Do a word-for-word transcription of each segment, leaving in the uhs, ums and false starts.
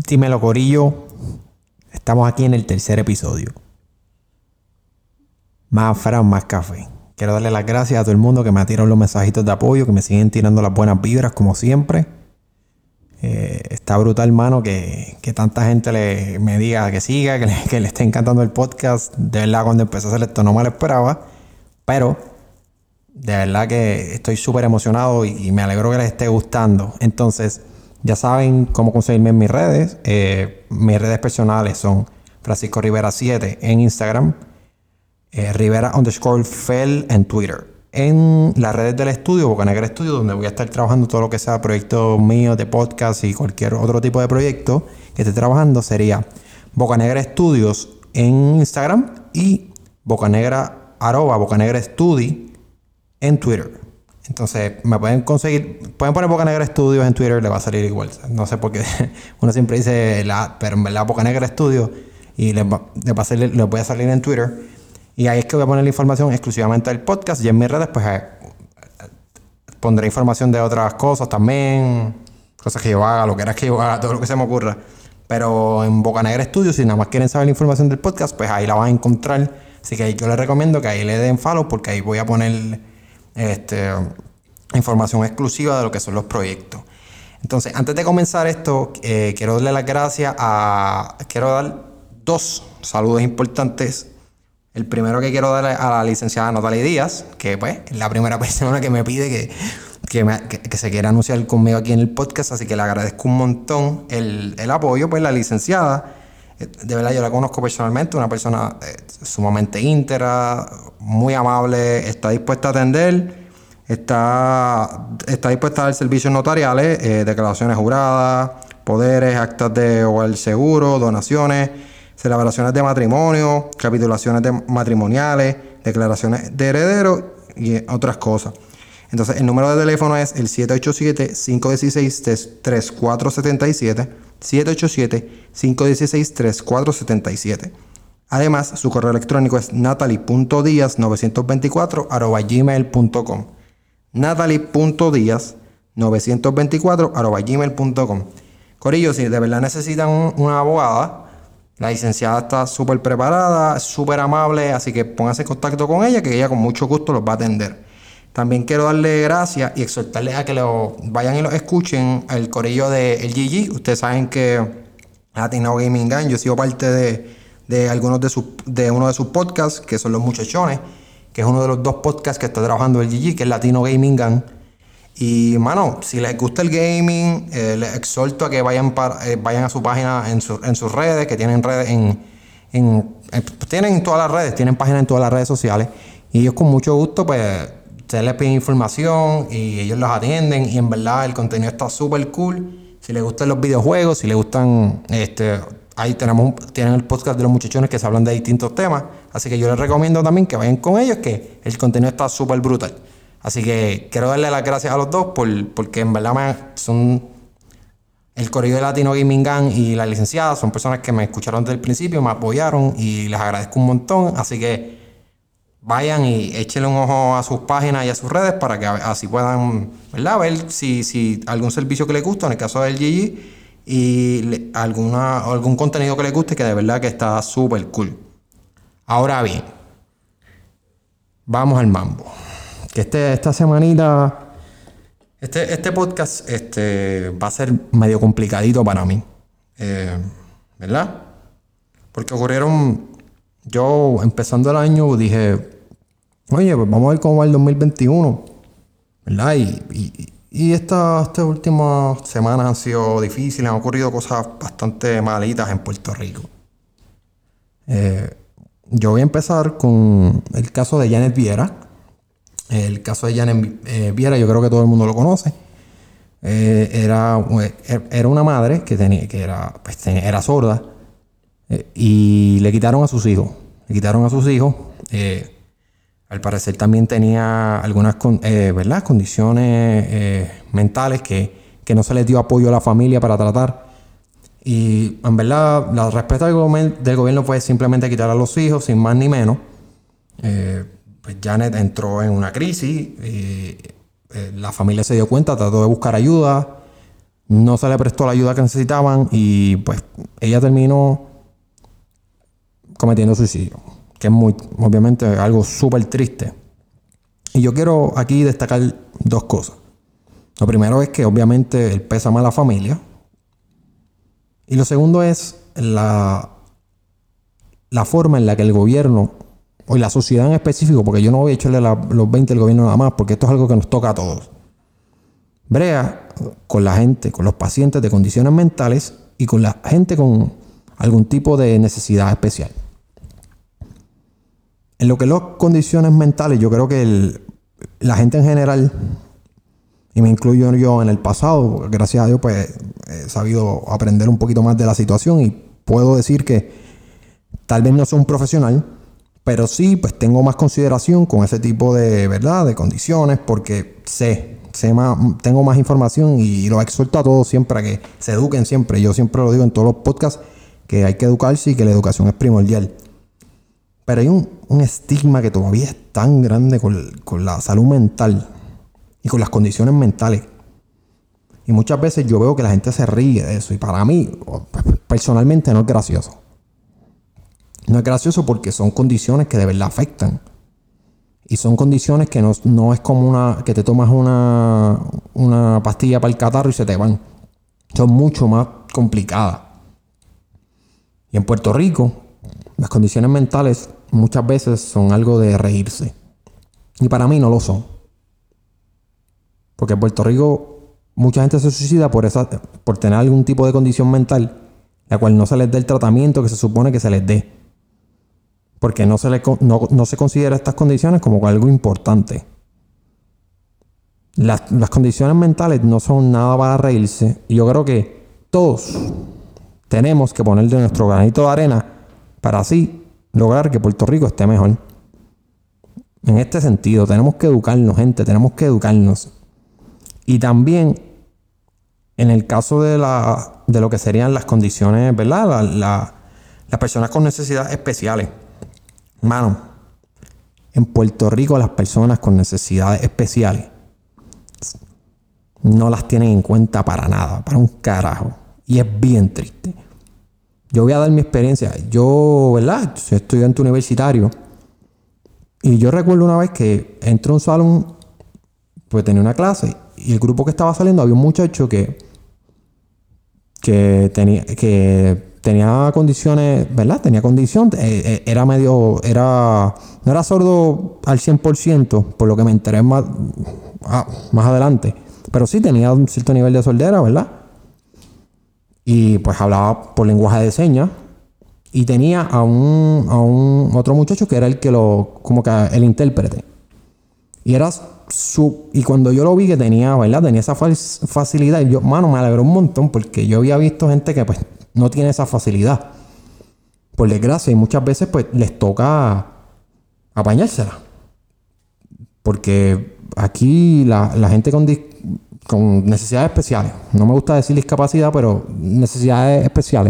Dímelo, corillo. Estamos aquí en el tercer episodio. Más Fran, más café. Quiero darle las gracias a todo el mundo que me ha tirado los mensajitos de apoyo, que me siguen tirando las buenas vibras como siempre. Eh, está brutal, hermano, que, que tanta gente le, me diga que siga, que le, que le esté encantando el podcast. De verdad, cuando empecé a hacer esto no me lo esperaba. Pero de verdad que estoy súper emocionado y, y me alegro que les esté gustando. Entonces, ya saben cómo conseguirme en mis redes. Eh, mis redes personales son Francisco Rivera siete en Instagram, eh, Rivera underscore Fel en Twitter. En las redes del estudio, Bocanegra Studio, donde voy a estar trabajando todo lo que sea proyectos míos de podcast y cualquier otro tipo de proyecto que esté trabajando, sería Bocanegra Studios en Instagram y Bocanegra, arroba Bocanegra Studi en Twitter. Entonces me pueden conseguir, pueden poner Bocanegra Studios en Twitter, le va a salir igual. No sé por qué uno siempre dice la, pero en verdad Bocanegra Studios y les, va, les, va a salir, les voy a salir en Twitter. Y ahí es que voy a poner la información exclusivamente del podcast. Y en mis redes pues eh, pondré información de otras cosas también, cosas que yo haga, lo que era que yo haga, todo lo que se me ocurra. Pero en Bocanegra Studios, si nada más quieren saber la información del podcast, pues ahí la van a encontrar. Así que yo les recomiendo que ahí le den follow, porque ahí voy a poner este, información exclusiva de lo que son los proyectos. Entonces, antes de comenzar esto, eh, quiero darle las gracias a... Quiero dar dos saludos importantes. El primero que quiero dar a la licenciada Natalie Díaz, que pues es la primera persona que me pide que, que, me, que, que se quiera anunciar conmigo aquí en el podcast, así que le agradezco un montón el, el apoyo. Pues la licenciada, de verdad yo la conozco personalmente, una persona eh, sumamente íntegra, muy amable, está dispuesta a atender, está, está dispuesta a dar servicios notariales, eh, declaraciones juradas, poderes, actas de hogar seguro, donaciones, celebraciones de matrimonio, capitulaciones de matrimoniales, declaraciones de herederos y otras cosas. Entonces, el número de teléfono es el siete ocho siete, cinco uno seis, tres cuatro siete siete, siete ocho siete, cinco uno seis, tres cuatro siete siete. Además, su correo electrónico es natalie punto diaz novecientos veinticuatro arroba gmail punto com. natalie punto diaz novecientos veinticuatro arroba gmail punto com. Corillo, si de verdad necesitan un, una abogada, la licenciada está súper preparada, súper amable, así que pónganse en contacto con ella, que ella con mucho gusto los va a atender. También quiero darle gracias y exhortarles a que lo vayan y lo escuchen el corillo de el G G. Ustedes saben que Latino Gaming Gang, yo he sido parte de, de algunos de sus de uno de sus podcasts, que son Los Muchachones, que es uno de los dos podcasts que está trabajando el G G, que es Latino Gaming Gang. Y, mano, si les gusta el gaming, eh, les exhorto a que vayan para, eh, vayan a su página en, su, en sus redes, que tienen redes en, en, en... Tienen todas las redes, tienen páginas en todas las redes sociales. Y ellos con mucho gusto, pues, se les piden información y ellos los atienden. Y en verdad el contenido está súper cool. Si les gustan los videojuegos, si les gustan... este Ahí tenemos tienen el podcast de Los Muchachones que se hablan de distintos temas. Así que yo les recomiendo también que vayan con ellos, que el contenido está súper brutal. Así que quiero darle las gracias a los dos por, porque en verdad me, son el corillo de Latino Gaming Gang y la licenciada son personas que me escucharon desde el principio, me apoyaron y les agradezco un montón. Así que vayan y échenle un ojo a sus páginas y a sus redes para que así puedan, ¿verdad?, ver si, si algún servicio que les gusta, en el caso del G G, y le, alguna, algún contenido que les guste, que de verdad que está súper cool. Ahora bien, vamos al mambo. Que este, esta semanita, este, este podcast este, va a ser medio complicadito para mí, eh, ¿verdad? Porque ocurrieron, yo empezando el año dije, oye, pues vamos a ver cómo va el dos mil veintiuno, ¿verdad? Y, y, y estas, estas últimas semanas han sido difíciles, han ocurrido cosas bastante malitas en Puerto Rico. Eh, yo voy a empezar con el caso de Janet Viera. El caso de Janet eh, Viera, yo creo que todo el mundo lo conoce. Eh, era, era una madre que, tenía, que era, pues, tenía, era sorda eh, y le quitaron a sus hijos. Le quitaron a sus hijos. Eh, al parecer también tenía algunas con, eh, ¿verdad? condiciones eh, mentales que, que no se les dio apoyo a la familia para tratar. Y en verdad, la respuesta del, go- del gobierno fue simplemente quitar a los hijos, sin más ni menos. Eh, Pues Janet entró en una crisis, y, eh, la familia se dio cuenta, trató de buscar ayuda, no se le prestó la ayuda que necesitaban y pues ella terminó cometiendo suicidio, que es muy, obviamente, algo súper triste. Y yo quiero aquí destacar dos cosas. Lo primero es que obviamente el pésame a la familia. Y lo segundo es la, la forma en la que el gobierno, o la sociedad en específico, porque yo no voy a echarle la, los veinte al gobierno nada más, porque esto es algo que nos toca a todos. Brea con la gente, con los pacientes de condiciones mentales y con la gente con algún tipo de necesidad especial. En lo que es las condiciones mentales, yo creo que el, la gente en general, y me incluyo yo en el pasado, gracias a Dios, pues he sabido aprender un poquito más de la situación y puedo decir que tal vez no soy un profesional, pero sí, pues tengo más consideración con ese tipo de, ¿verdad?, de condiciones, porque sé, sé más, tengo más información y lo exhorto a todos siempre a que se eduquen siempre. Yo siempre lo digo en todos los podcasts, que hay que educarse y que la educación es primordial. Pero hay un, un estigma que todavía es tan grande con, con la salud mental y con las condiciones mentales. Y muchas veces yo veo que la gente se ríe de eso. Y para mí, personalmente, no es gracioso. No es gracioso porque son condiciones que de verdad afectan. Y son condiciones que no, no es como una que te tomas una, una pastilla para el catarro y se te van. Son mucho más complicadas. Y en Puerto Rico, las condiciones mentales muchas veces son algo de reírse. Y para mí no lo son. Porque en Puerto Rico mucha gente se suicida por, esa, por tener algún tipo de condición mental, la cual no se les dé el tratamiento que se supone que se les dé. Porque no se, le, no, no se considera estas condiciones como algo importante. Las, las condiciones mentales no son nada para reírse. Y yo creo que todos tenemos que poner de nuestro granito de arena para así lograr que Puerto Rico esté mejor. En este sentido, tenemos que educarnos, gente, tenemos que educarnos. Y también, en el caso de, la, de lo que serían las condiciones, ¿verdad? La, la, las personas con necesidades especiales. Mano, en Puerto Rico las personas con necesidades especiales no las tienen en cuenta para nada, para un carajo. Y es bien triste. Yo voy a dar mi experiencia. Yo, ¿verdad? Soy estudiante universitario. Y yo recuerdo una vez que entré a un salón, pues tenía una clase. Y el grupo que estaba saliendo había un muchacho que, que, tenía, que tenía condiciones, ¿verdad? Tenía condición. Eh, era medio, era, no era sordo al cien por ciento, por lo que me enteré más, ah, más adelante. Pero sí tenía un cierto nivel de sordera, ¿verdad? Y pues hablaba por lenguaje de señas. Y tenía a un, a un otro muchacho que era el que lo, como que el intérprete. Y era su, y cuando yo lo vi que tenía, ¿verdad? Tenía esa facilidad. Y yo, mano, me alegró un montón porque yo había visto gente que pues no tiene esa facilidad. Por desgracia. Y muchas veces pues les toca apañársela. Porque aquí la, la gente con, con necesidades especiales, no me gusta decir discapacidad, pero necesidades especiales,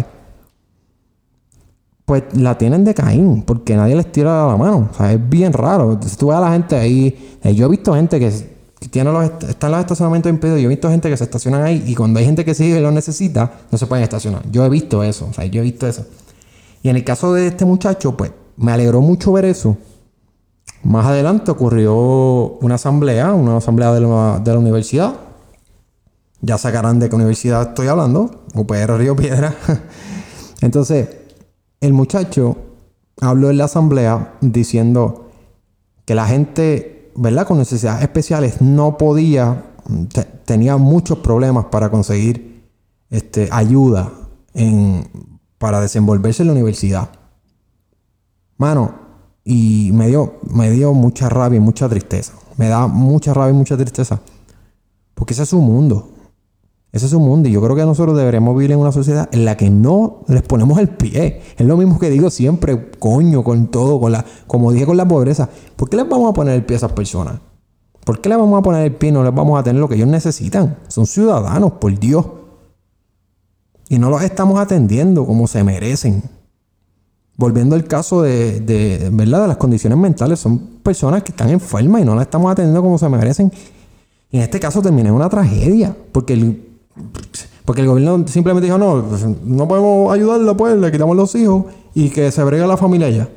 pues la tienen de Caín, porque nadie les tira la mano. O sea, es bien raro. Entonces tú ves a la gente ahí. Eh, yo he visto gente que, que tiene los est- está en los estacionamientos impedidos. Yo he visto gente que se estacionan ahí y cuando hay gente que sí lo necesita, no se pueden estacionar. Yo he visto eso. O sea, yo he visto eso. Y en el caso de este muchacho, pues me alegró mucho ver eso. Más adelante ocurrió una asamblea, una asamblea de la, de la universidad. Ya sacarán de qué universidad estoy hablando. U P R Río Piedra. Entonces, el muchacho habló en la asamblea diciendo que la gente, ¿verdad?, con necesidades especiales no podía, te, tenía muchos problemas para conseguir este, ayuda en, para desenvolverse en la universidad. Mano, y me dio, me dio mucha rabia y mucha tristeza. Me da mucha rabia y mucha tristeza. Porque ese es su mundo. Ese es su mundo y yo creo que nosotros deberíamos vivir en una sociedad en la que no les ponemos el pie. Es lo mismo que digo siempre, coño, con todo, con la, como dije con la pobreza. ¿Por qué les vamos a poner el pie a esas personas? ¿Por qué les vamos a poner el pie y no les vamos a tener lo que ellos necesitan? Son ciudadanos, por Dios. Y no los estamos atendiendo como se merecen. Volviendo al caso de, de, ¿verdad?, de las condiciones mentales, son personas que están enfermas y no las estamos atendiendo como se merecen. Y en este caso terminé en una tragedia, porque el Porque el gobierno simplemente dijo, no, pues, no podemos ayudarlo, pues le quitamos los hijos y que se bregue la familia ya.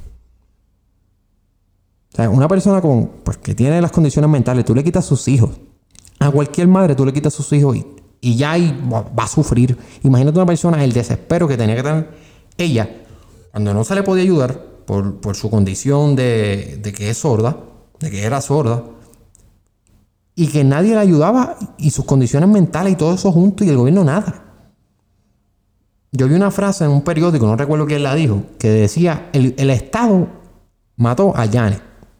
O sea, una persona con, pues, que tiene las condiciones mentales, tú le quitas sus hijos. A cualquier madre tú le quitas sus hijos y, y ya ahí va, va a sufrir. Imagínate una persona, el desespero que tenía que tener ella, cuando no se le podía ayudar por, por su condición de, de que es sorda, de que era sorda, y que nadie la ayudaba y sus condiciones mentales y todo eso junto y el gobierno nada. Yo vi una frase en un periódico, no recuerdo quién la dijo, que decía, el, el Estado mató a Janet.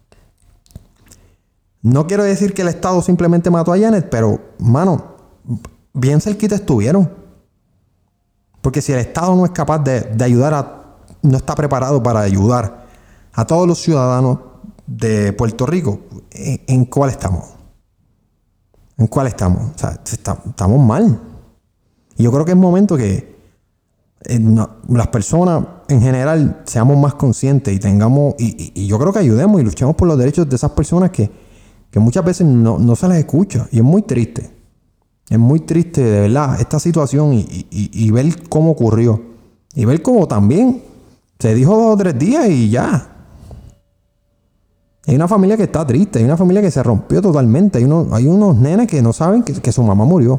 No quiero decir que el Estado simplemente mató a Janet, pero, mano, bien cerquita estuvieron. Porque si el Estado no es capaz de, de ayudar a... no está preparado para ayudar a todos los ciudadanos de Puerto Rico, ¿en, en cuál estamos? ¿En cuál estamos? O sea, está, estamos mal. Y yo creo que es momento que eh, no, las personas en general seamos más conscientes y tengamos... Y, y, y yo creo que ayudemos y luchemos por los derechos de esas personas que, que muchas veces no, no se les escucha. Y es muy triste. Es muy triste, de verdad, esta situación y, y, y ver cómo ocurrió. Y ver cómo también se dijo dos o tres días y ya. Hay una familia que está triste, hay una familia que se rompió totalmente. Hay, uno, hay unos nenes que no saben que, que su mamá murió.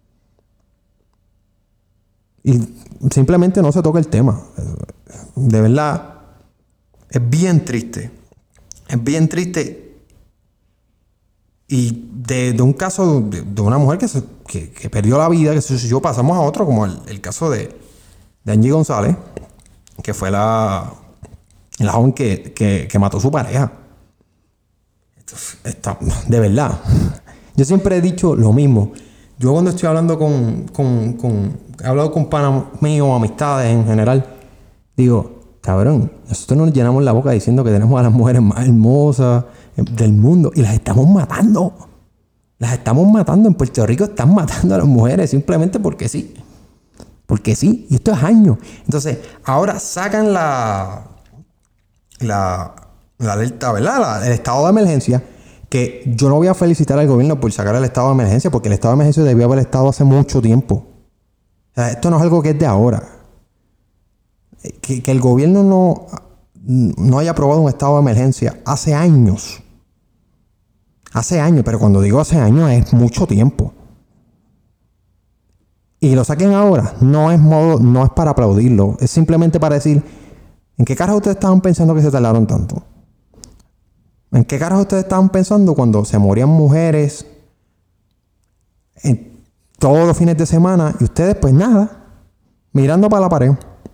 Y simplemente no se toca el tema. De verdad, es bien triste. Es bien triste. Y de, de un caso de, de una mujer que, se, que, que perdió la vida, que se suicidó, pasamos a otro, como el, el caso de, de Angie González, que fue la, la joven que, que, que mató a su pareja. Esto está, de verdad. Yo siempre he dicho lo mismo. Yo cuando estoy hablando con, con, con he hablado con panas míos, amistades en general, digo, cabrón, nosotros nos llenamos la boca diciendo que tenemos a las mujeres más hermosas del mundo y las estamos matando. Las estamos matando. En Puerto Rico están matando a las mujeres simplemente porque sí. Porque sí. Y esto es años. Entonces, ahora sacan la la, la alerta, ¿verdad? La, el estado de emergencia. Que yo no voy a felicitar al gobierno por sacar el estado de emergencia, porque el estado de emergencia debió haber estado hace mucho tiempo. O sea, esto no es algo que es de ahora. Que, que el gobierno no, no haya aprobado un estado de emergencia hace años. Hace años, pero cuando digo hace años es mucho tiempo. Y lo saquen ahora, no es modo, no es para aplaudirlo, es simplemente para decir, ¿en qué carajo ustedes estaban pensando que se tardaron tanto? ¿En qué carajo ustedes estaban pensando cuando se morían mujeres en todos los fines de semana y ustedes pues nada, mirando para la pared?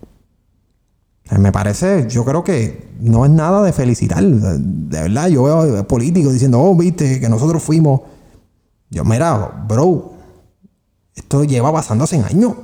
Me parece, yo creo que no es nada de felicitar. De, de verdad, yo veo políticos diciendo, oh, viste, que nosotros fuimos. Yo, mira, bro, esto lleva pasando hace años.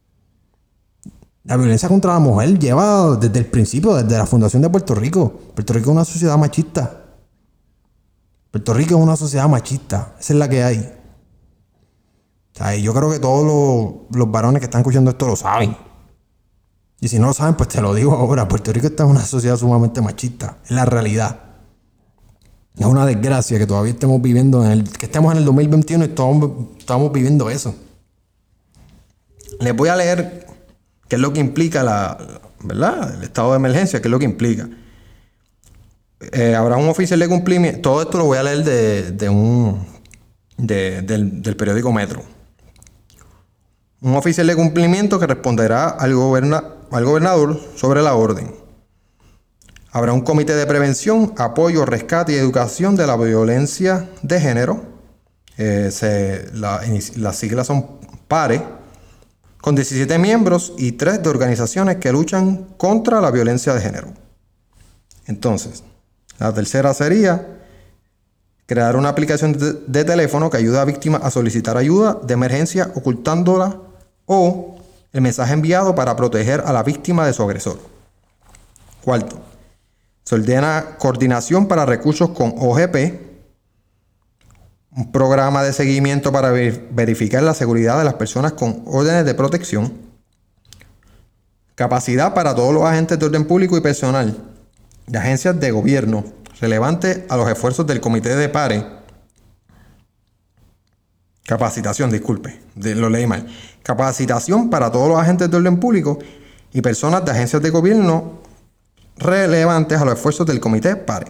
La violencia contra la mujer lleva desde el principio, desde la fundación de Puerto Rico. Puerto Rico es una sociedad machista. Puerto Rico es una sociedad machista. Esa es la que hay. O sea, yo creo que todos los, los varones que están escuchando esto lo saben. Y si no lo saben, pues te lo digo ahora. Puerto Rico está en una sociedad sumamente machista. Es la realidad. Es una desgracia que todavía estemos viviendo en el... que estemos en el dos mil veintiuno y estamos, estamos viviendo eso. Les voy a leer qué es lo que implica la... ¿verdad? El estado de emergencia, qué es lo que implica. Eh, habrá un oficial de cumplimiento. Todo esto lo voy a leer de, de un... De, del, del periódico Metro. Un oficial de cumplimiento que responderá al, goberna, al gobernador sobre la orden. Habrá un comité de prevención, apoyo, rescate y educación de la violencia de género. Eh, se, la, las siglas son PARE, con diecisiete miembros y tres de organizaciones que luchan contra la violencia de género. Entonces, la tercera sería crear una aplicación de, de teléfono que ayude a víctimas a solicitar ayuda de emergencia ocultándola o el mensaje enviado para proteger a la víctima de su agresor. Cuarto, se ordena coordinación para recursos con O G P, un programa de seguimiento para ver, verificar la seguridad de las personas con órdenes de protección, capacidad para todos los agentes de orden público y personal de agencias de gobierno relevante a los esfuerzos del comité de PARE Capacitación, disculpe, de, lo leí mal. Capacitación para todos los agentes de orden público y personas de agencias de gobierno relevantes a los esfuerzos del Comité P A R E.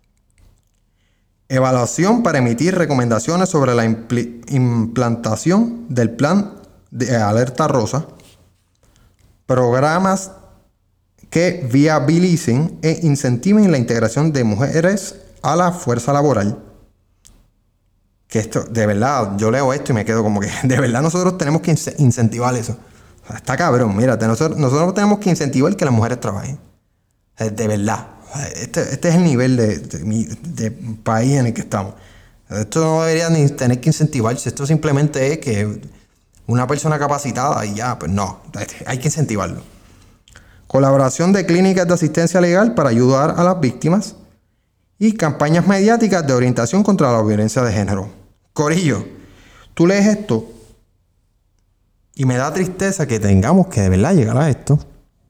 Evaluación para emitir recomendaciones sobre la impl- implantación del plan de alerta rosa. Programas que viabilicen e incentiven la integración de mujeres a la fuerza laboral. Que esto, de verdad, yo leo esto y me quedo como que, de verdad nosotros tenemos que incentivar eso. O sea, está cabrón, mírate, nosotros, nosotros tenemos que incentivar que las mujeres trabajen. O sea, de verdad. Este, este es el nivel de, de, de país en el que estamos. Esto no debería ni tener que incentivarse. Esto simplemente es que una persona capacitada y ya, pues no, hay que incentivarlo. Colaboración de clínicas de asistencia legal para ayudar a las víctimas y campañas mediáticas de orientación contra la violencia de género. Corillo, tú lees esto y me da tristeza que tengamos que de verdad llegar a esto.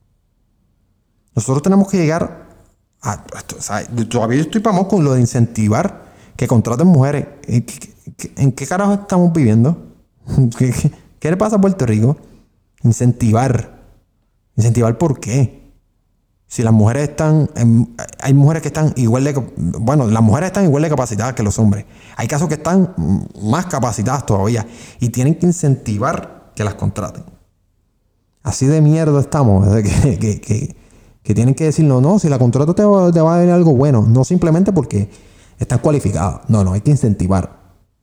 Nosotros tenemos que llegar a, a esto. O sea, todavía yo estoy pamo con lo de incentivar que contraten mujeres. ¿En qué, en qué carajo estamos viviendo? ¿Qué, qué, qué le pasa a Puerto Rico? Incentivar. ¿Incentivar por qué? Si las mujeres están... En, hay mujeres que están igual de... Bueno, las mujeres están igual de capacitadas que los hombres. Hay casos que están más capacitadas todavía. Y tienen que incentivar que las contraten. Así de mierda estamos. Que, que, que, que tienen que decir, no, no, si la contrato te va, te va a venir algo bueno. No simplemente porque están cualificadas. No, no, hay que incentivar.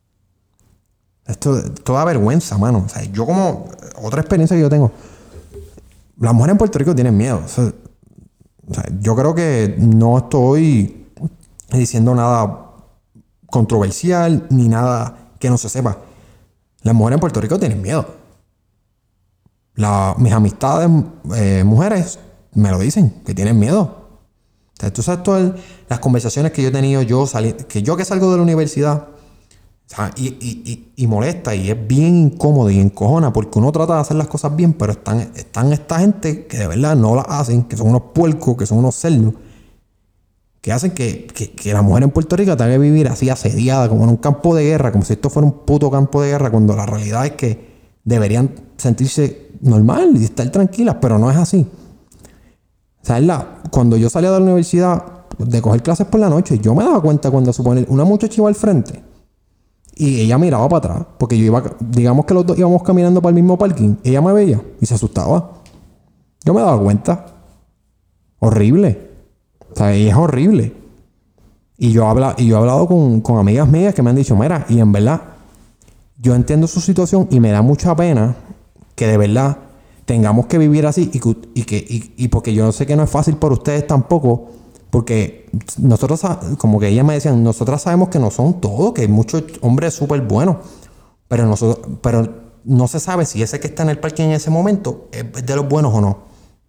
Esto, esto da vergüenza, mano. O sea, yo como... Otra experiencia que yo tengo. Las mujeres en Puerto Rico tienen miedo. O sea, O sea, yo creo que no estoy diciendo nada controversial ni nada que no se sepa. Las mujeres en Puerto Rico tienen miedo. La, mis amistades eh, mujeres me lo dicen, que tienen miedo. O sea, tú sabes todas las conversaciones que yo he tenido, yo salí, que yo que salgo de la universidad, o sea, y, y, y, y molesta y es bien incómodo y encojona porque uno trata de hacer las cosas bien, pero están, están esta gente que de verdad no las hacen, que son unos puercos, que son unos cerdos, que hacen que, que, que la mujer en Puerto Rico tenga que vivir así asediada, como en un campo de guerra, como si esto fuera un puto campo de guerra, cuando la realidad es que deberían sentirse normal y estar tranquilas, pero no es así. O sea, es la, cuando yo salía de la universidad de coger clases por la noche, yo me daba cuenta cuando supone una muchacha iba al frente y ella miraba para atrás, porque yo iba, digamos que los dos íbamos caminando para el mismo parking, ella me veía y se asustaba. Yo me daba cuenta. Horrible. O sea, ella es horrible. Y yo, habla, y yo he hablado con, con amigas mías que me han dicho, mira, y en verdad, yo entiendo su situación y me da mucha pena que de verdad tengamos que vivir así y, y, que, y, y porque yo sé que no es fácil para ustedes tampoco. Porque nosotros, como que ellas me decían, nosotras sabemos que no son todos, que hay muchos hombres súper buenos, pero nosotros, pero no se sabe si ese que está en el parque en ese momento es de los buenos o no.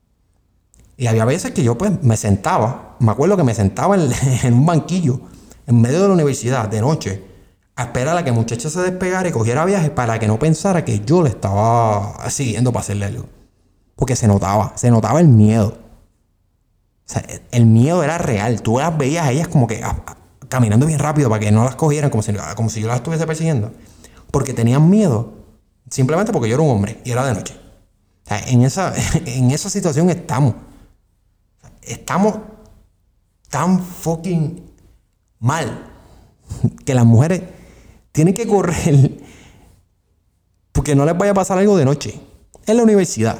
Y había veces que yo pues me sentaba, me acuerdo que me sentaba en, en un banquillo, en medio de la universidad, de noche, a esperar a que el muchacho se despegara y cogiera viaje para que no pensara que yo le estaba siguiendo para hacerle algo. Porque se notaba, se notaba el miedo. O sea, el miedo era real. Tú las veías a ellas como que a, a, caminando bien rápido para que no las cogieran como si, como si yo las estuviese persiguiendo. Porque tenían miedo. Simplemente porque yo era un hombre y era de noche. O sea, en esa, en esa situación estamos. Estamos tan fucking mal que las mujeres tienen que correr porque no les vaya a pasar algo de noche. En la universidad.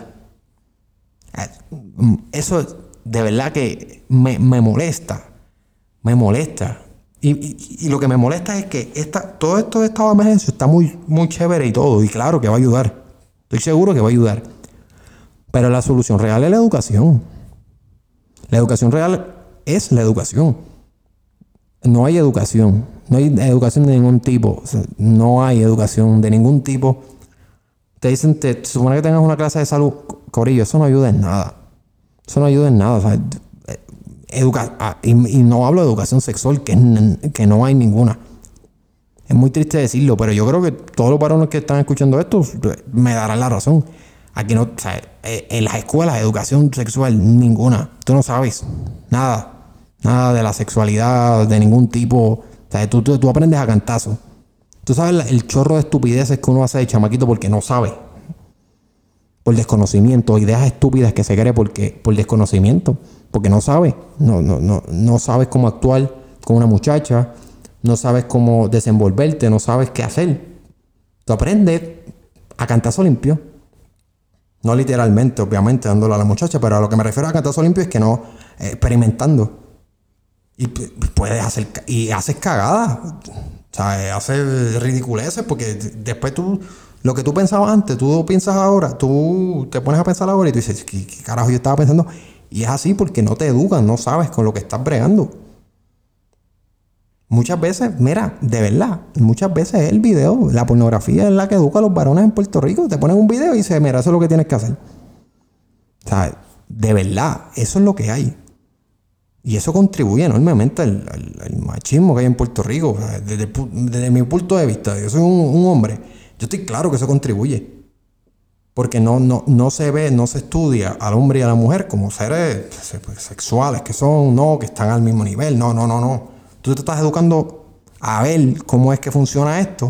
Eso es... De verdad que me, me molesta. Me molesta. Y, y, y lo que me molesta es que esta, todo esto de estado de emergencia está muy, muy chévere y todo. Y claro que va a ayudar. Estoy seguro que va a ayudar. Pero la solución real es la educación. La educación real es la educación. No hay educación. No hay educación de ningún tipo. O sea, no hay educación de ningún tipo. Te dicen, te, te supone que tengas una clase de salud. Corillo, eso no ayuda en nada. Eso no ayuda en nada. O sea, educa ah, y, y no hablo de educación sexual, que, es, que no hay ninguna. Es muy triste decirlo, pero yo creo que todos los varones que están escuchando esto me darán la razón. Aquí no, o sea, en las escuelas, educación sexual, ninguna. Tú no sabes nada. Nada de la sexualidad de ningún tipo. O sea, tú, tú, tú aprendes a cantazo. Tú sabes el chorro de estupideces que uno hace de chamaquito porque no sabe. Por desconocimiento, ideas estúpidas que se cree porque, por desconocimiento, porque no sabe. No, no, no, no sabes cómo actuar con una muchacha, no sabes cómo desenvolverte, no sabes qué hacer. Tú aprendes a cantazo limpio. No literalmente, obviamente, dándole a la muchacha, pero a lo que me refiero a cantazo limpio es que no, eh, experimentando. Y puedes hacer, y haces cagadas. O sea, haces ridiculeces porque después tú, lo que tú pensabas antes, tú piensas ahora, tú te pones a pensar ahora y tú dices, ¿qué, qué carajo yo estaba pensando? Y es así porque no te educan, no sabes con lo que estás bregando. Muchas veces, mira, de verdad, muchas veces el video, la pornografía es la que educa a los varones en Puerto Rico. Te ponen un video y dices, mira, eso es lo que tienes que hacer. O sea, de verdad, eso es lo que hay. Y eso contribuye enormemente al, al, al machismo que hay en Puerto Rico. O sea, desde, desde mi punto de vista, yo soy un, un hombre, yo estoy claro que eso contribuye. Porque no, no, no se ve, no se estudia al hombre y a la mujer como seres sexuales que son, no, que están al mismo nivel. No, no, no, no. Tú te estás educando a ver cómo es que funciona esto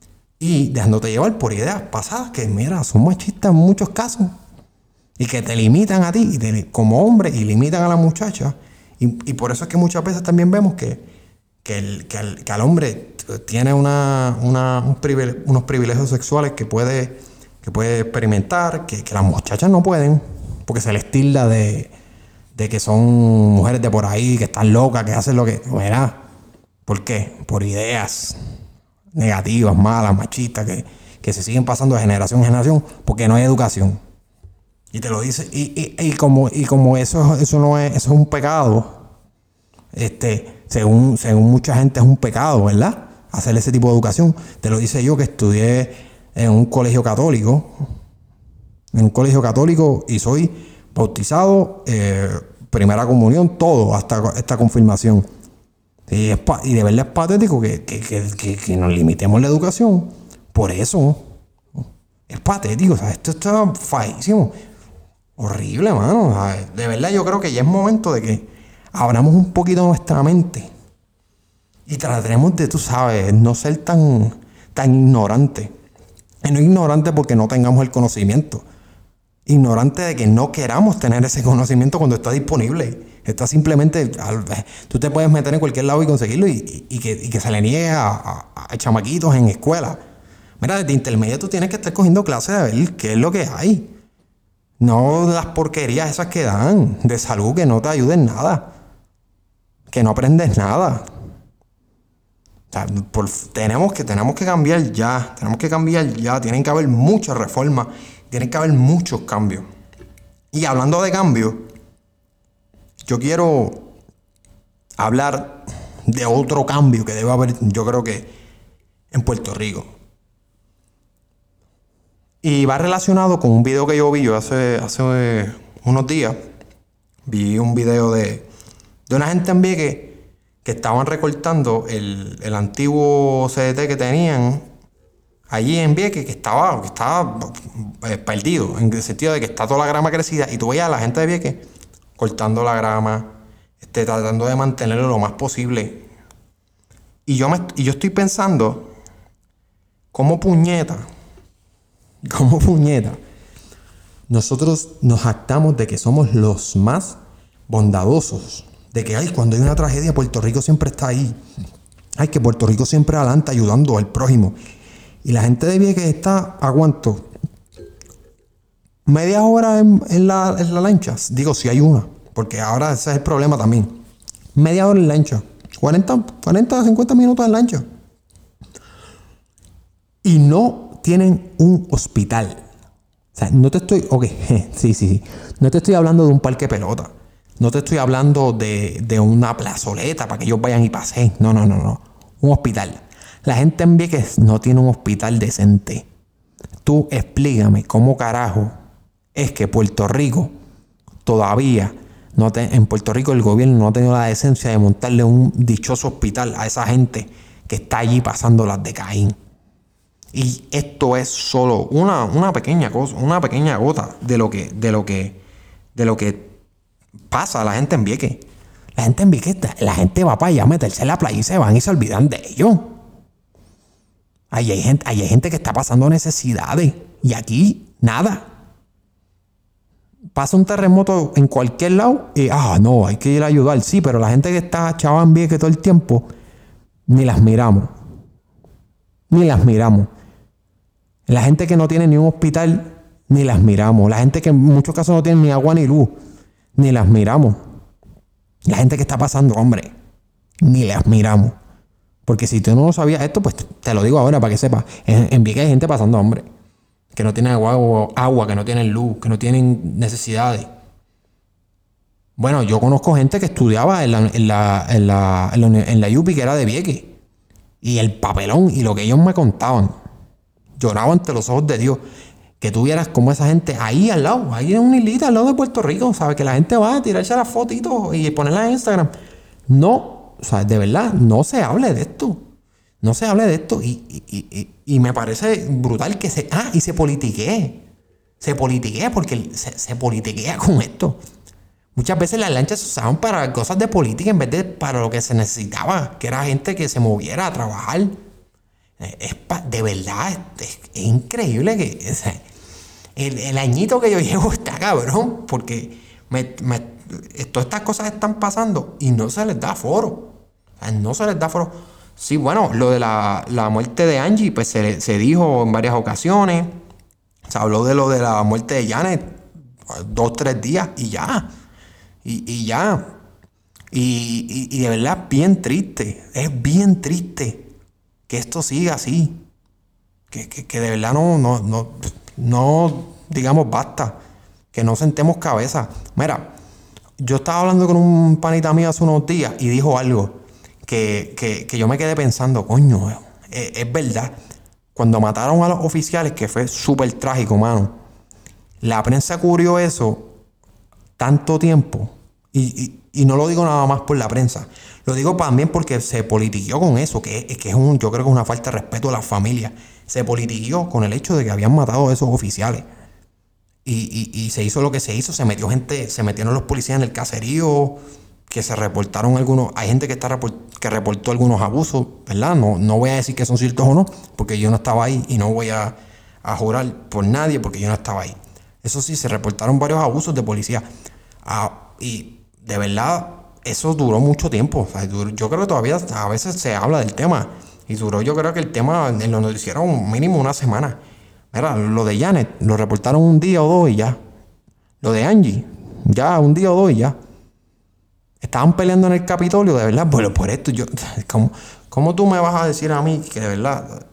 y dejándote llevar por ideas pasadas que, mira, son machistas en muchos casos y que te limitan a ti y te, como hombre y limitan a la muchacha. Y, y por eso es que muchas veces también vemos que, que, el, que, el, que al hombre tiene una, una, un privile, unos privilegios sexuales que puede, que puede experimentar, que, que las muchachas no pueden, porque se les tilda de, de que son mujeres de por ahí, que están locas, que hacen lo que... Mira, ¿por qué? Por ideas negativas, malas, machistas, que, que se siguen pasando de generación en generación, porque no hay educación. Y te lo dice, y, y, y como, y como eso, eso no es, eso es un pecado, este, según, según mucha gente es un pecado, ¿verdad? Hacer ese tipo de educación. Te lo dice yo que estudié en un colegio católico, en un colegio católico y soy bautizado, eh, primera comunión, todo, hasta esta confirmación. Y, es pa, y de verdad es patético que, que, que, que, que nos limitemos la educación. Por eso es patético, o sea, esto está faísimo. Horrible, mano. De verdad yo creo que ya es momento de que abramos un poquito nuestra mente y tratemos de, tú sabes, no ser tan, tan ignorantes. Y no ignorantes porque no tengamos el conocimiento. Ignorante de que no queramos tener ese conocimiento cuando está disponible. Está simplemente... Tú te puedes meter en cualquier lado y conseguirlo y, y, y, que, y que se le niegue a, a, a chamaquitos en escuela. Mira, desde intermedio tú tienes que estar cogiendo clases de ver qué es lo que hay. No las porquerías esas que dan de salud que no te ayuden nada. Que no aprendes nada. O sea, por, tenemos, que, tenemos que cambiar ya. Tenemos que cambiar ya. Tienen que haber muchas reformas. Tienen que haber muchos cambios. Y hablando de cambios, yo quiero hablar de otro cambio que debe haber, yo creo que en Puerto Rico. Y va relacionado con un video que yo vi yo hace, hace unos días. Vi un video de, de una gente en Vieques que estaban recortando el, el antiguo C D T que tenían allí en Vieques, que estaba, que estaba eh, perdido, en el sentido de que está toda la grama crecida. Y tú veías a la gente de Vieques cortando la grama, este, tratando de mantenerlo lo más posible. Y yo, me, y yo estoy pensando, ¿cómo puñeta? ¿Cómo puñeta? Nosotros nos jactamos de que somos los más bondadosos. De que, ay, cuando hay una tragedia, Puerto Rico siempre está ahí. Ay, que Puerto Rico siempre adelanta ayudando al prójimo. Y la gente de Vieques está, ¿a cuánto? Media hora en, en, la, en la lancha. Digo, si hay una. Porque ahora ese es el problema también. Media hora en lancha. cuarenta, cuarenta, cincuenta minutos en lancha. Y no tienen un hospital. O sea, no te estoy... Ok, sí, sí, sí. No te estoy hablando de un parque pelota. No te estoy hablando de, de una plazoleta para que ellos vayan y pasen. No, no, no, no. Un hospital. La gente en Vieques no tiene un hospital decente. Tú explícame cómo carajo es que Puerto Rico todavía... No te, en Puerto Rico el gobierno no ha tenido la decencia de montarle un dichoso hospital a esa gente que está allí pasando las de Caín. Y esto es solo una, una pequeña cosa, una pequeña gota de lo que, de lo que, de lo que pasa a la gente en Vieques. La gente en Vieques, la gente va para allá a meterse en la playa y se van y se olvidan de ellos. Ahí hay gente, ahí hay gente que está pasando necesidades. Y aquí, nada. Pasa un terremoto en cualquier lado y, ah, no, hay que ir a ayudar. Sí, pero la gente que está echada en Vieques todo el tiempo, ni las miramos. Ni las miramos. La gente que no tiene ni un hospital, ni las miramos. La gente que en muchos casos no tiene ni agua ni luz, ni las miramos. La gente que está pasando hambre, ni las miramos. Porque si tú no sabías esto, pues te lo digo ahora para que sepas. En, en Vieques hay gente pasando hambre. Que no tienen agua, agua, que no tienen luz, que no tienen necesidades. Bueno, yo conozco gente que estudiaba en la, en la, en la, en la, en la U P I, que era de Vieques. Y el papelón y lo que ellos me contaban. Lloraba ante los ojos de Dios. Que tuvieras como esa gente ahí al lado, ahí en una islita al lado de Puerto Rico, ¿sabes? Que la gente va a tirarse las fotitos y ponerlas en Instagram. No, o sea, de verdad, no se hable de esto. No se hable de esto y, y, y, y me parece brutal que se... Ah, y se politiquee. Se politiquea porque se, se politiquea con esto. Muchas veces las lanchas se usaban para cosas de política en vez de para lo que se necesitaba, que era gente que se moviera a trabajar. Es pa, de verdad, es, es increíble que... O sea, el, el añito que yo llevo está cabrón, porque me, me, todas estas cosas están pasando y no se les da foro. O sea, no se les da foro. Sí, bueno, lo de la, la muerte de Angie, pues se, se dijo en varias ocasiones. Se habló de lo de la muerte de Janet, dos, tres días y ya. Y, y ya. Y, y, y de verdad, bien triste. Es bien triste que esto siga así. Que, que, que de verdad no, no, no, no, digamos, basta. Que no sentemos cabeza. Mira, yo estaba hablando con un panita mío hace unos días y dijo algo. Que, que, que yo me quedé pensando, coño, es, es verdad. Cuando mataron a los oficiales, que fue súper trágico, mano. La prensa cubrió eso tanto tiempo. Y, y, y no lo digo nada más por la prensa. Lo digo también porque se politiqueó con eso, que, que es un, yo creo que es una falta de respeto a las familias. Se politiqueó con el hecho de que habían matado a esos oficiales. Y, y, y se hizo lo que se hizo. Se metió gente, se metieron los policías en el caserío, que se reportaron algunos, hay gente que está report, que reportó algunos abusos, ¿verdad? No, no voy a decir que son ciertos o no, porque yo no estaba ahí y no voy a, a jurar por nadie porque yo no estaba ahí. Eso sí, se reportaron varios abusos de policía. Ah, y de verdad, eso duró mucho tiempo. O sea, duró, yo creo que todavía a veces se habla del tema. Y duró, yo creo que el tema en los noticieros mínimo una semana. Mira, lo de Janet, lo reportaron un día o dos y ya. Lo de Angie, ya un día o dos y ya. Estaban peleando en el Capitolio, de verdad. Bueno, por esto, yo, ¿cómo, ¿cómo tú me vas a decir a mí que de verdad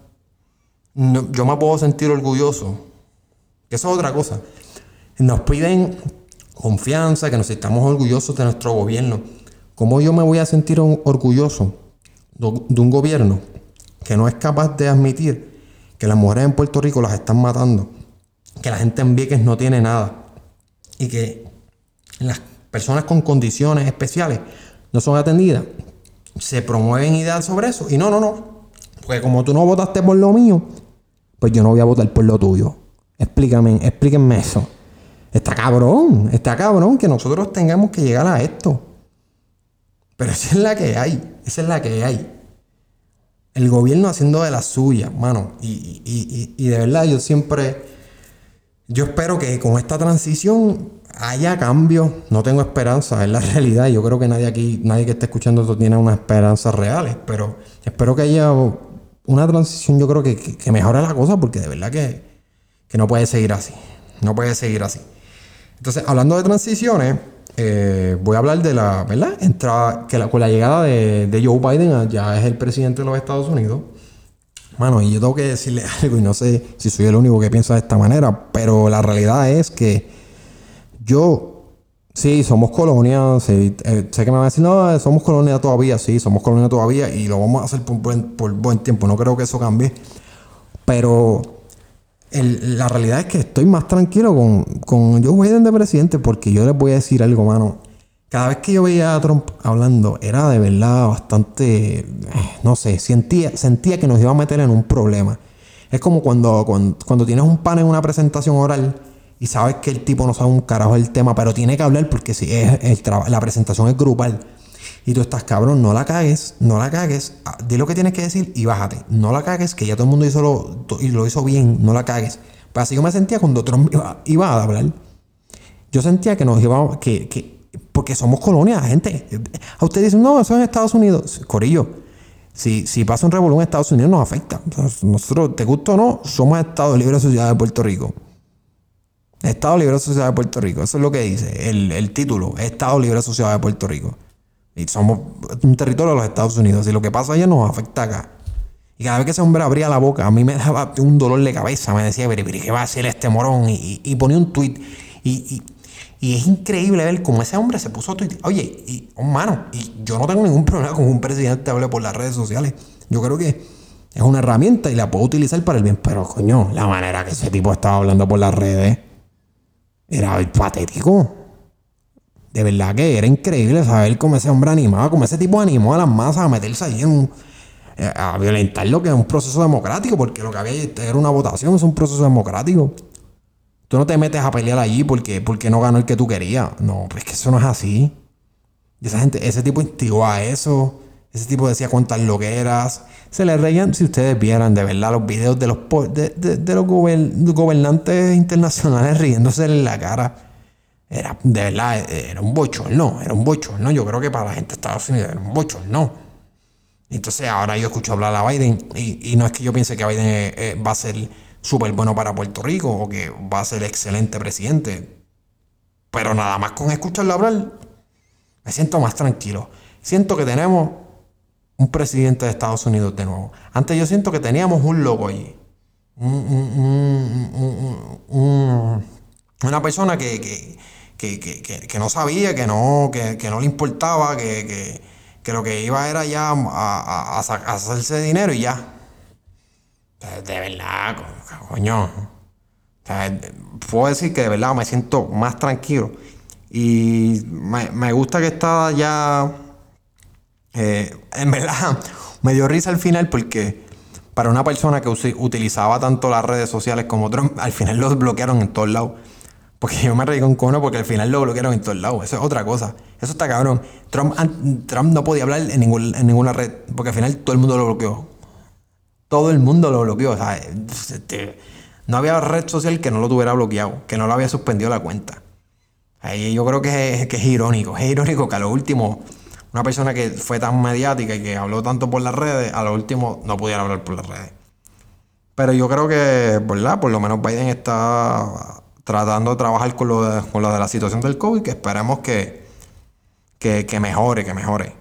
no, yo me puedo sentir orgulloso? Que eso es otra cosa. Nos piden confianza, que nos estamos orgullosos de nuestro gobierno. ¿Cómo yo me voy a sentir orgulloso de un gobierno que no es capaz de admitir que las mujeres en Puerto Rico las están matando, que la gente en Vieques no tiene nada y que las personas con condiciones especiales no son atendidas? Se promueven ideas sobre eso. Y no, no, no. Porque como tú no votaste por lo mío, pues yo no voy a votar por lo tuyo. Explícame, explíquenme eso. Está cabrón, está cabrón que nosotros tengamos que llegar a esto. Pero esa es la que hay. Esa es la que hay. El gobierno haciendo de las suyas, mano. Y, y, y, y de verdad yo siempre... Yo espero que con esta transición haya cambios. No tengo esperanza, es la realidad. Yo creo que nadie aquí, nadie que esté escuchando esto tiene unas esperanzas reales. Pero espero que haya una transición, yo creo que, que, que mejore la cosa, porque de verdad que, que no puede seguir así. No puede seguir así. Entonces, hablando de transiciones, eh, voy a hablar de la, ¿verdad? Entrada, que la, con la llegada de, de Joe Biden, ya es el presidente de los Estados Unidos. Mano, y yo tengo que decirle algo, y no sé si soy el único que piensa de esta manera, pero la realidad es que yo, sí, somos colonia, sí, eh, sé que me van a decir, no, somos colonia todavía, sí, somos colonia todavía, y lo vamos a hacer por buen, por buen tiempo, no creo que eso cambie, pero el, la realidad es que estoy más tranquilo con, con Joe Biden de presidente, porque yo les voy a decir algo, mano. Cada vez que yo veía a Trump hablando, era de verdad bastante, no sé, sentía, sentía que nos iba a meter en un problema. Es como cuando, cuando, cuando tienes un pan en una presentación oral y sabes que el tipo no sabe un carajo del tema, pero tiene que hablar porque si es el traba, la presentación es grupal. Y tú estás cabrón, no la cagues, no la cagues. Di lo que tienes que decir y bájate. No la cagues, que ya todo el mundo hizo lo, y lo hizo bien, no la cagues. Pues así yo me sentía cuando Trump iba, iba a hablar. Yo sentía que nos iba, que, que, porque somos colonia, gente. A ustedes dicen, no, eso es en Estados Unidos. Corillo, si, si pasa un revolú en Estados Unidos nos afecta. Nosotros, te gusta o no, somos Estado Libre Asociado de Puerto Rico. Estado Libre Asociado de Puerto Rico. Eso es lo que dice el, el título. Estado Libre Asociado de Puerto Rico. Y somos un territorio de los Estados Unidos. Y lo que pasa allá nos afecta acá. Y cada vez que ese hombre abría la boca, a mí me daba un dolor de cabeza. Me decía, pero, pero ¿qué va a hacer este morón? Y, y, y ponía un tweet. Y, y, y es increíble ver cómo ese hombre se puso a tweet. Oye, y, oh, mano, y yo no tengo ningún problema con que un presidente hable por las redes sociales. Yo creo que es una herramienta y la puedo utilizar para el bien. Pero, coño, la manera que ese tipo estaba hablando por las redes era patético. De verdad que era increíble saber cómo ese hombre animaba, cómo ese tipo animó a las masas a meterse ahí en un, a violentar lo que es un proceso democrático, porque lo que había era una votación, es un proceso democrático. Tú no te metes a pelear allí porque, porque no ganó el que tú querías. No, pues que eso no es así. Y esa gente, ese tipo instigó a eso. Ese tipo decía cuántas loqueras. Se le reían, si ustedes vieran de verdad los videos de los, de, de, de los gobernantes internacionales riéndose en la cara. Era, de verdad, era un bochorno, era un bochorno. Yo creo que para la gente de Estados Unidos era un bochorno. Entonces ahora yo escucho hablar a Biden y, y no es que yo piense que Biden eh, eh, va a ser súper bueno para Puerto Rico o que va a ser excelente presidente. Pero nada más con escucharlo hablar, me siento más tranquilo. Siento que tenemos un presidente de Estados Unidos de nuevo. Antes yo siento que teníamos un loco allí. Un, un, un, un, una persona que... que Que, que, que, que no sabía, que no, que, que no le importaba, que, que, que lo que iba era ya a, a, a, a hacerse dinero y ya. De verdad, coño. O sea, puedo decir que de verdad me siento más tranquilo. Y me, me gusta que está ya... Eh, en verdad, me dio risa al final porque para una persona que utilizaba tanto las redes sociales como Trump, al final los bloquearon en todos lados. Porque yo me reí con cono porque al final lo bloquearon en todos lados. Eso es otra cosa. Eso está cabrón. Trump, Trump no podía hablar en, ningún, en ninguna red. Porque al final todo el mundo lo bloqueó. Todo el mundo lo bloqueó. O sea, este, no había red social que no lo tuviera bloqueado. Que no lo había suspendido la cuenta. Ahí yo creo que es, que es irónico. Es irónico que a lo último, una persona que fue tan mediática y que habló tanto por las redes, a lo último no pudiera hablar por las redes. Pero yo creo que, ¿verdad? Por lo menos Biden está tratando de trabajar con lo de, con lo de la situación del COVID, que esperemos que, que, que mejore, que mejore.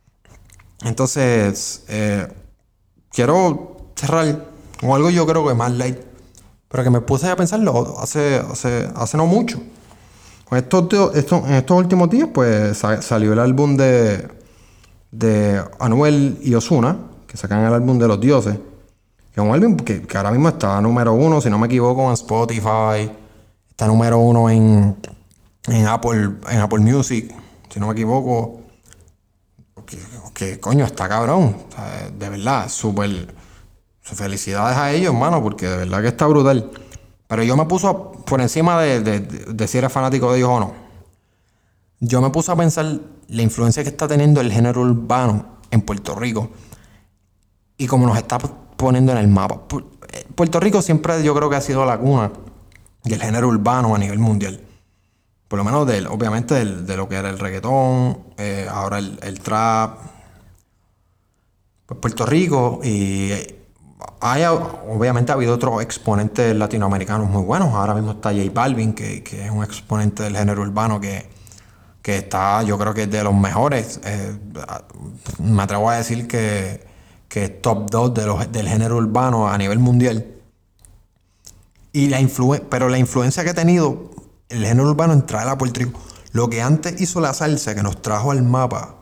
Entonces, eh, quiero cerrar con algo yo creo que más light, pero que me puse a pensarlo hace, hace, hace no mucho. Con estos, estos, en estos últimos días, pues salió el álbum de, de Anuel y Ozuna, que sacan el álbum de Los Dioses, que es un álbum que, que ahora mismo está número uno, si no me equivoco, en Spotify. Está número uno en, en, Apple, en Apple Music, si no me equivoco. Que, que coño, está cabrón. O sea, de verdad, súper. Felicidades a ellos, hermano, porque de verdad que está brutal. Pero yo me puse a, por encima de, de, de, de si eres fanático de ellos o no. Yo me puse a pensar la influencia que está teniendo el género urbano en Puerto Rico y cómo nos está poniendo en el mapa. Puerto Rico siempre yo creo que ha sido la cuna del género urbano a nivel mundial. Por lo menos, del, obviamente, del, de lo que era el reggaetón, eh, ahora el, el trap. Pues Puerto Rico, y hay, obviamente ha habido otros exponentes latinoamericanos muy buenos. Ahora mismo está J Balvin, que, que es un exponente del género urbano que, que está, yo creo que es de los mejores. Eh, me atrevo a decir que, que es top dos de los, del género urbano a nivel mundial. Y la influ- pero la influencia que ha tenido el género urbano en traer a Puerto Rico, lo que antes hizo la salsa, que nos trajo al mapa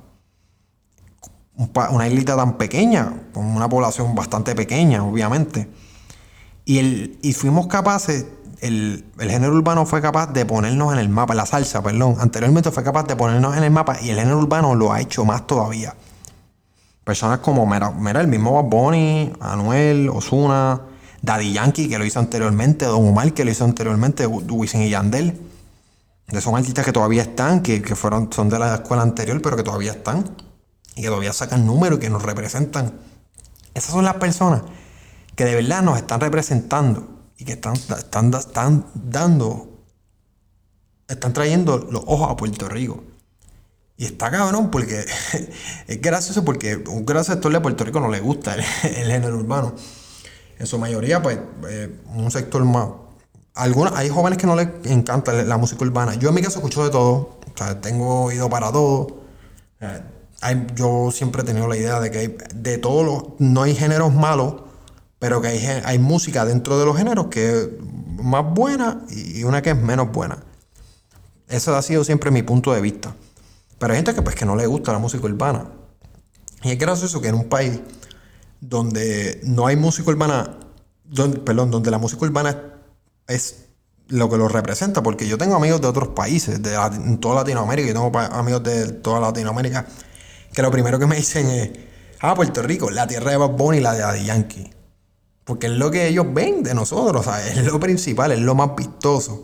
un pa- una islita tan pequeña, con una población bastante pequeña, obviamente, y, el, y fuimos capaces, el, el género urbano fue capaz de ponernos en el mapa, la salsa, perdón, anteriormente fue capaz de ponernos en el mapa y el género urbano lo ha hecho más todavía. Personas como, mira, mira el mismo Bad Bunny, Anuel, Ozuna, Daddy Yankee, que lo hizo anteriormente, Don Omar, que lo hizo anteriormente, Wisin y Yandel. Son artistas que todavía están, que, que fueron, son de la escuela anterior, pero que todavía están. Y que todavía sacan números y que nos representan. Esas son las personas que de verdad nos están representando. Y que están, están, están dando, están trayendo los ojos a Puerto Rico. Y está cabrón porque es gracioso porque un gran sector de Puerto Rico no le gusta el, el género urbano. En su mayoría, pues, eh, un sector más... Algunos, hay jóvenes que no les encanta la música urbana. Yo en mi caso escucho de todo. O sea, tengo oído para todo. Eh, hay, yo siempre he tenido la idea de que hay de todos los... No hay géneros malos, pero que hay, hay música dentro de los géneros que es más buena y una que es menos buena. Ese ha sido siempre mi punto de vista. Pero hay gente que, pues, que no le gusta la música urbana. Y es gracioso que en un país donde no hay música urbana, donde, perdón, donde la música urbana es lo que lo representa, porque yo tengo amigos de otros países, de en toda Latinoamérica, yo tengo amigos de toda Latinoamérica, que lo primero que me dicen es, ah, Puerto Rico, la tierra de Bad Bunny y la de Daddy Yankee. Porque es lo que ellos ven de nosotros, o sea, es lo principal, es lo más vistoso.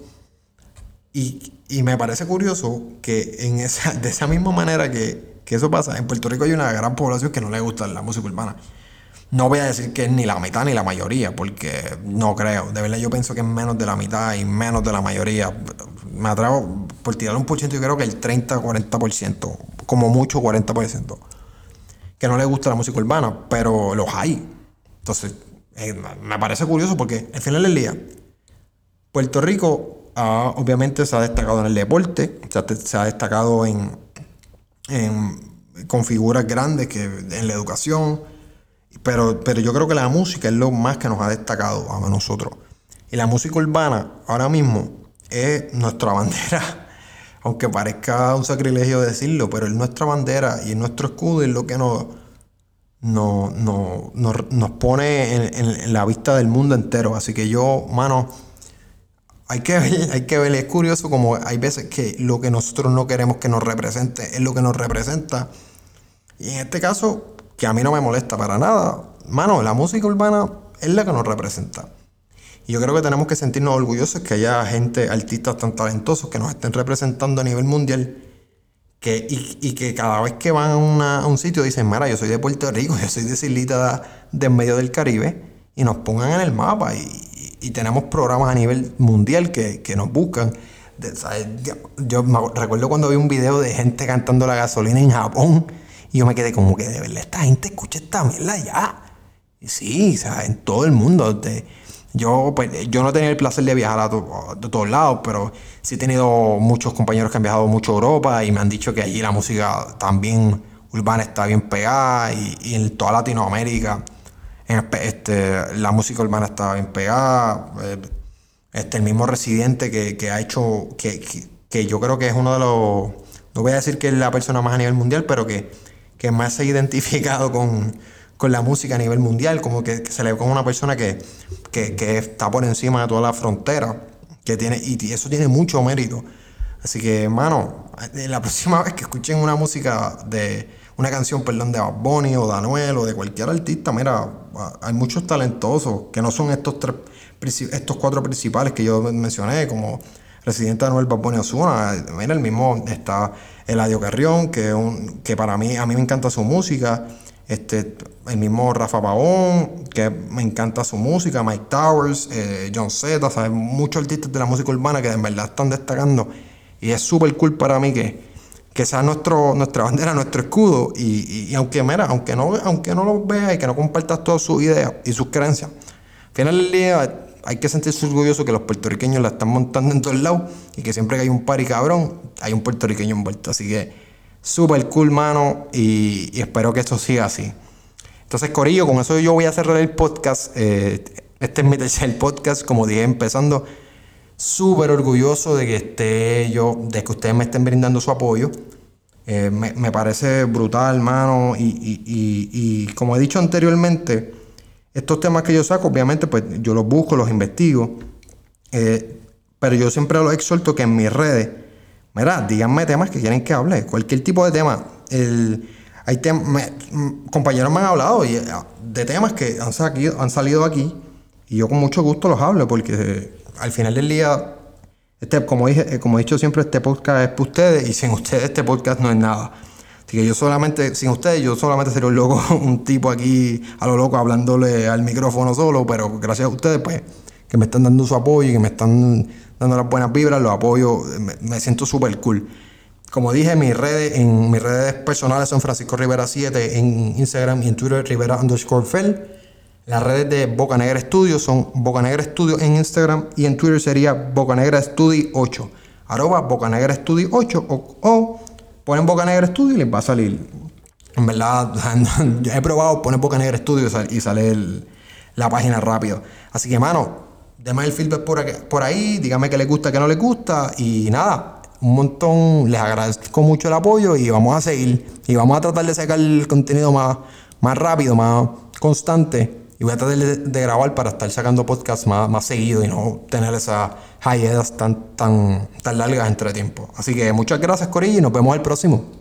Y, y me parece curioso que en esa, de esa misma manera que, que eso pasa, en Puerto Rico hay una gran población que no le gusta la música urbana. No voy a decir que es ni la mitad ni la mayoría, porque no creo. De verdad yo pienso que es menos de la mitad y menos de la mayoría. Me atrevo por tirar un por ciento, yo creo que el treinta o cuarenta por ciento, como mucho cuarenta por ciento, que no le gusta la música urbana, pero los hay. Entonces, eh, me parece curioso porque al final del día, Puerto Rico... Uh, obviamente se ha destacado en el deporte, se ha, se ha destacado en, en, con figuras grandes que en la educación, pero, pero yo creo que la música es lo más que nos ha destacado a nosotros. Y la música urbana ahora mismo es nuestra bandera, aunque parezca un sacrilegio decirlo, pero es nuestra bandera y es nuestro escudo y es lo que nos, nos, nos, nos, nos pone en, en, en la vista del mundo entero. Así que yo, mano... Hay que ver, hay que ver, es curioso como hay veces que lo que nosotros no queremos que nos represente es lo que nos representa. Y en este caso, que a mí no me molesta para nada, mano, la música urbana es la que nos representa. Y yo creo que tenemos que sentirnos orgullosos que haya gente, artistas tan talentosos que nos estén representando a nivel mundial. Que, y, y que cada vez que van a, una, a un sitio dicen, mira, yo soy de Puerto Rico, yo soy de Islita de, de en medio del Caribe, y nos pongan en el mapa. Y, y tenemos programas a nivel mundial que, que nos buscan. De, yo, yo me recuerdo cuando vi un video de gente cantando la gasolina en Japón, y yo me quedé como que de verdad esta gente escucha esta mierda ya. Y sí, o sea, en todo el mundo. De, yo, pues, yo no he tenido el placer de viajar a, to, a todos lados, pero sí he tenido muchos compañeros que han viajado mucho a Europa y me han dicho que allí la música también urbana está bien pegada, y, y en toda Latinoamérica este, la música urbana está bien pegada. Este, el mismo Residente que, que ha hecho, que, que, que yo creo que es uno de los, no voy a decir que es la persona más a nivel mundial, pero que, que más se ha identificado con, con la música a nivel mundial, como que, que se le ve como una persona que, que, que está por encima de toda la frontera, que tiene, y eso tiene mucho mérito. Así que, hermano, la próxima vez que escuchen una música de una canción, perdón, de Bad Bunny o de Anuel o de cualquier artista, mira, hay muchos talentosos que no son estos tres, estos cuatro principales que yo mencioné, como Residente, Anuel, Bad Bunny, Ozuna. Mira, el mismo está Eladio Carrión, que, un, que para mí, a mí me encanta su música. Este, el mismo Rafa Pavón, que me encanta su música. Mike Towers, eh, John Z, ¿sabes? Muchos artistas de la música urbana que en verdad están destacando. Y es súper cool para mí que, que sea nuestro, nuestra bandera, nuestro escudo. Y, y, y aunque, mira, aunque no, aunque no los veas y que no compartas todas sus ideas y sus creencias, al final del día hay que sentirse orgulloso que los puertorriqueños la están montando en todos lados y que siempre que hay un party cabrón, hay un puertorriqueño envuelto. Así que súper cool, mano, y, y espero que esto siga así. Entonces, corillo, con eso yo voy a cerrar el podcast. Eh, este es mi tercer podcast, como dije empezando. Súper orgulloso de que esté yo, de que ustedes me estén brindando su apoyo. Eh, me, me parece brutal, mano. Y, y, y, y como he dicho anteriormente, estos temas que yo saco, obviamente, pues yo los busco, los investigo. Eh, pero yo siempre los exhorto que en mis redes, mira, díganme temas que quieren que hable. Cualquier tipo de tema. El, hay tem- me, compañeros me han hablado y, de temas que han, saquido, han salido aquí. Y yo con mucho gusto los hablo porque al final del día Este, como dije, como he dicho siempre, este podcast es para ustedes y sin ustedes este podcast no es nada. Así que yo solamente, sin ustedes, yo solamente sería un loco, un tipo aquí a lo loco hablándole al micrófono solo, pero gracias a ustedes, pues, que me están dando su apoyo y que me están dando las buenas vibras, los apoyo, me, me siento súper cool. Como dije, mis redes, en mis redes personales son Francisco Rivera siete en Instagram y en Twitter Rivera underscore Fel. Las redes de Bocanegra Studio son Bocanegra Studio en Instagram y en Twitter sería Bocanegra Studio ocho. Arroba Bocanegra Studio ocho o, o ponen Bocanegra Studio y les va a salir. En verdad, yo he probado poner Bocanegra Studio y sale el, la página rápido. Así que, mano, denme el feedback por, aquí, por ahí, díganme qué les gusta, qué no les gusta y nada. Un montón, les agradezco mucho el apoyo y vamos a seguir. Y vamos a tratar de sacar el contenido más, más rápido, más constante. Y voy a tratar de, de grabar para estar sacando podcasts más, más seguido y no tener esas hiatus tan, tan, tan largas entre tiempo. Así que muchas gracias, Corillo, y nos vemos el próximo.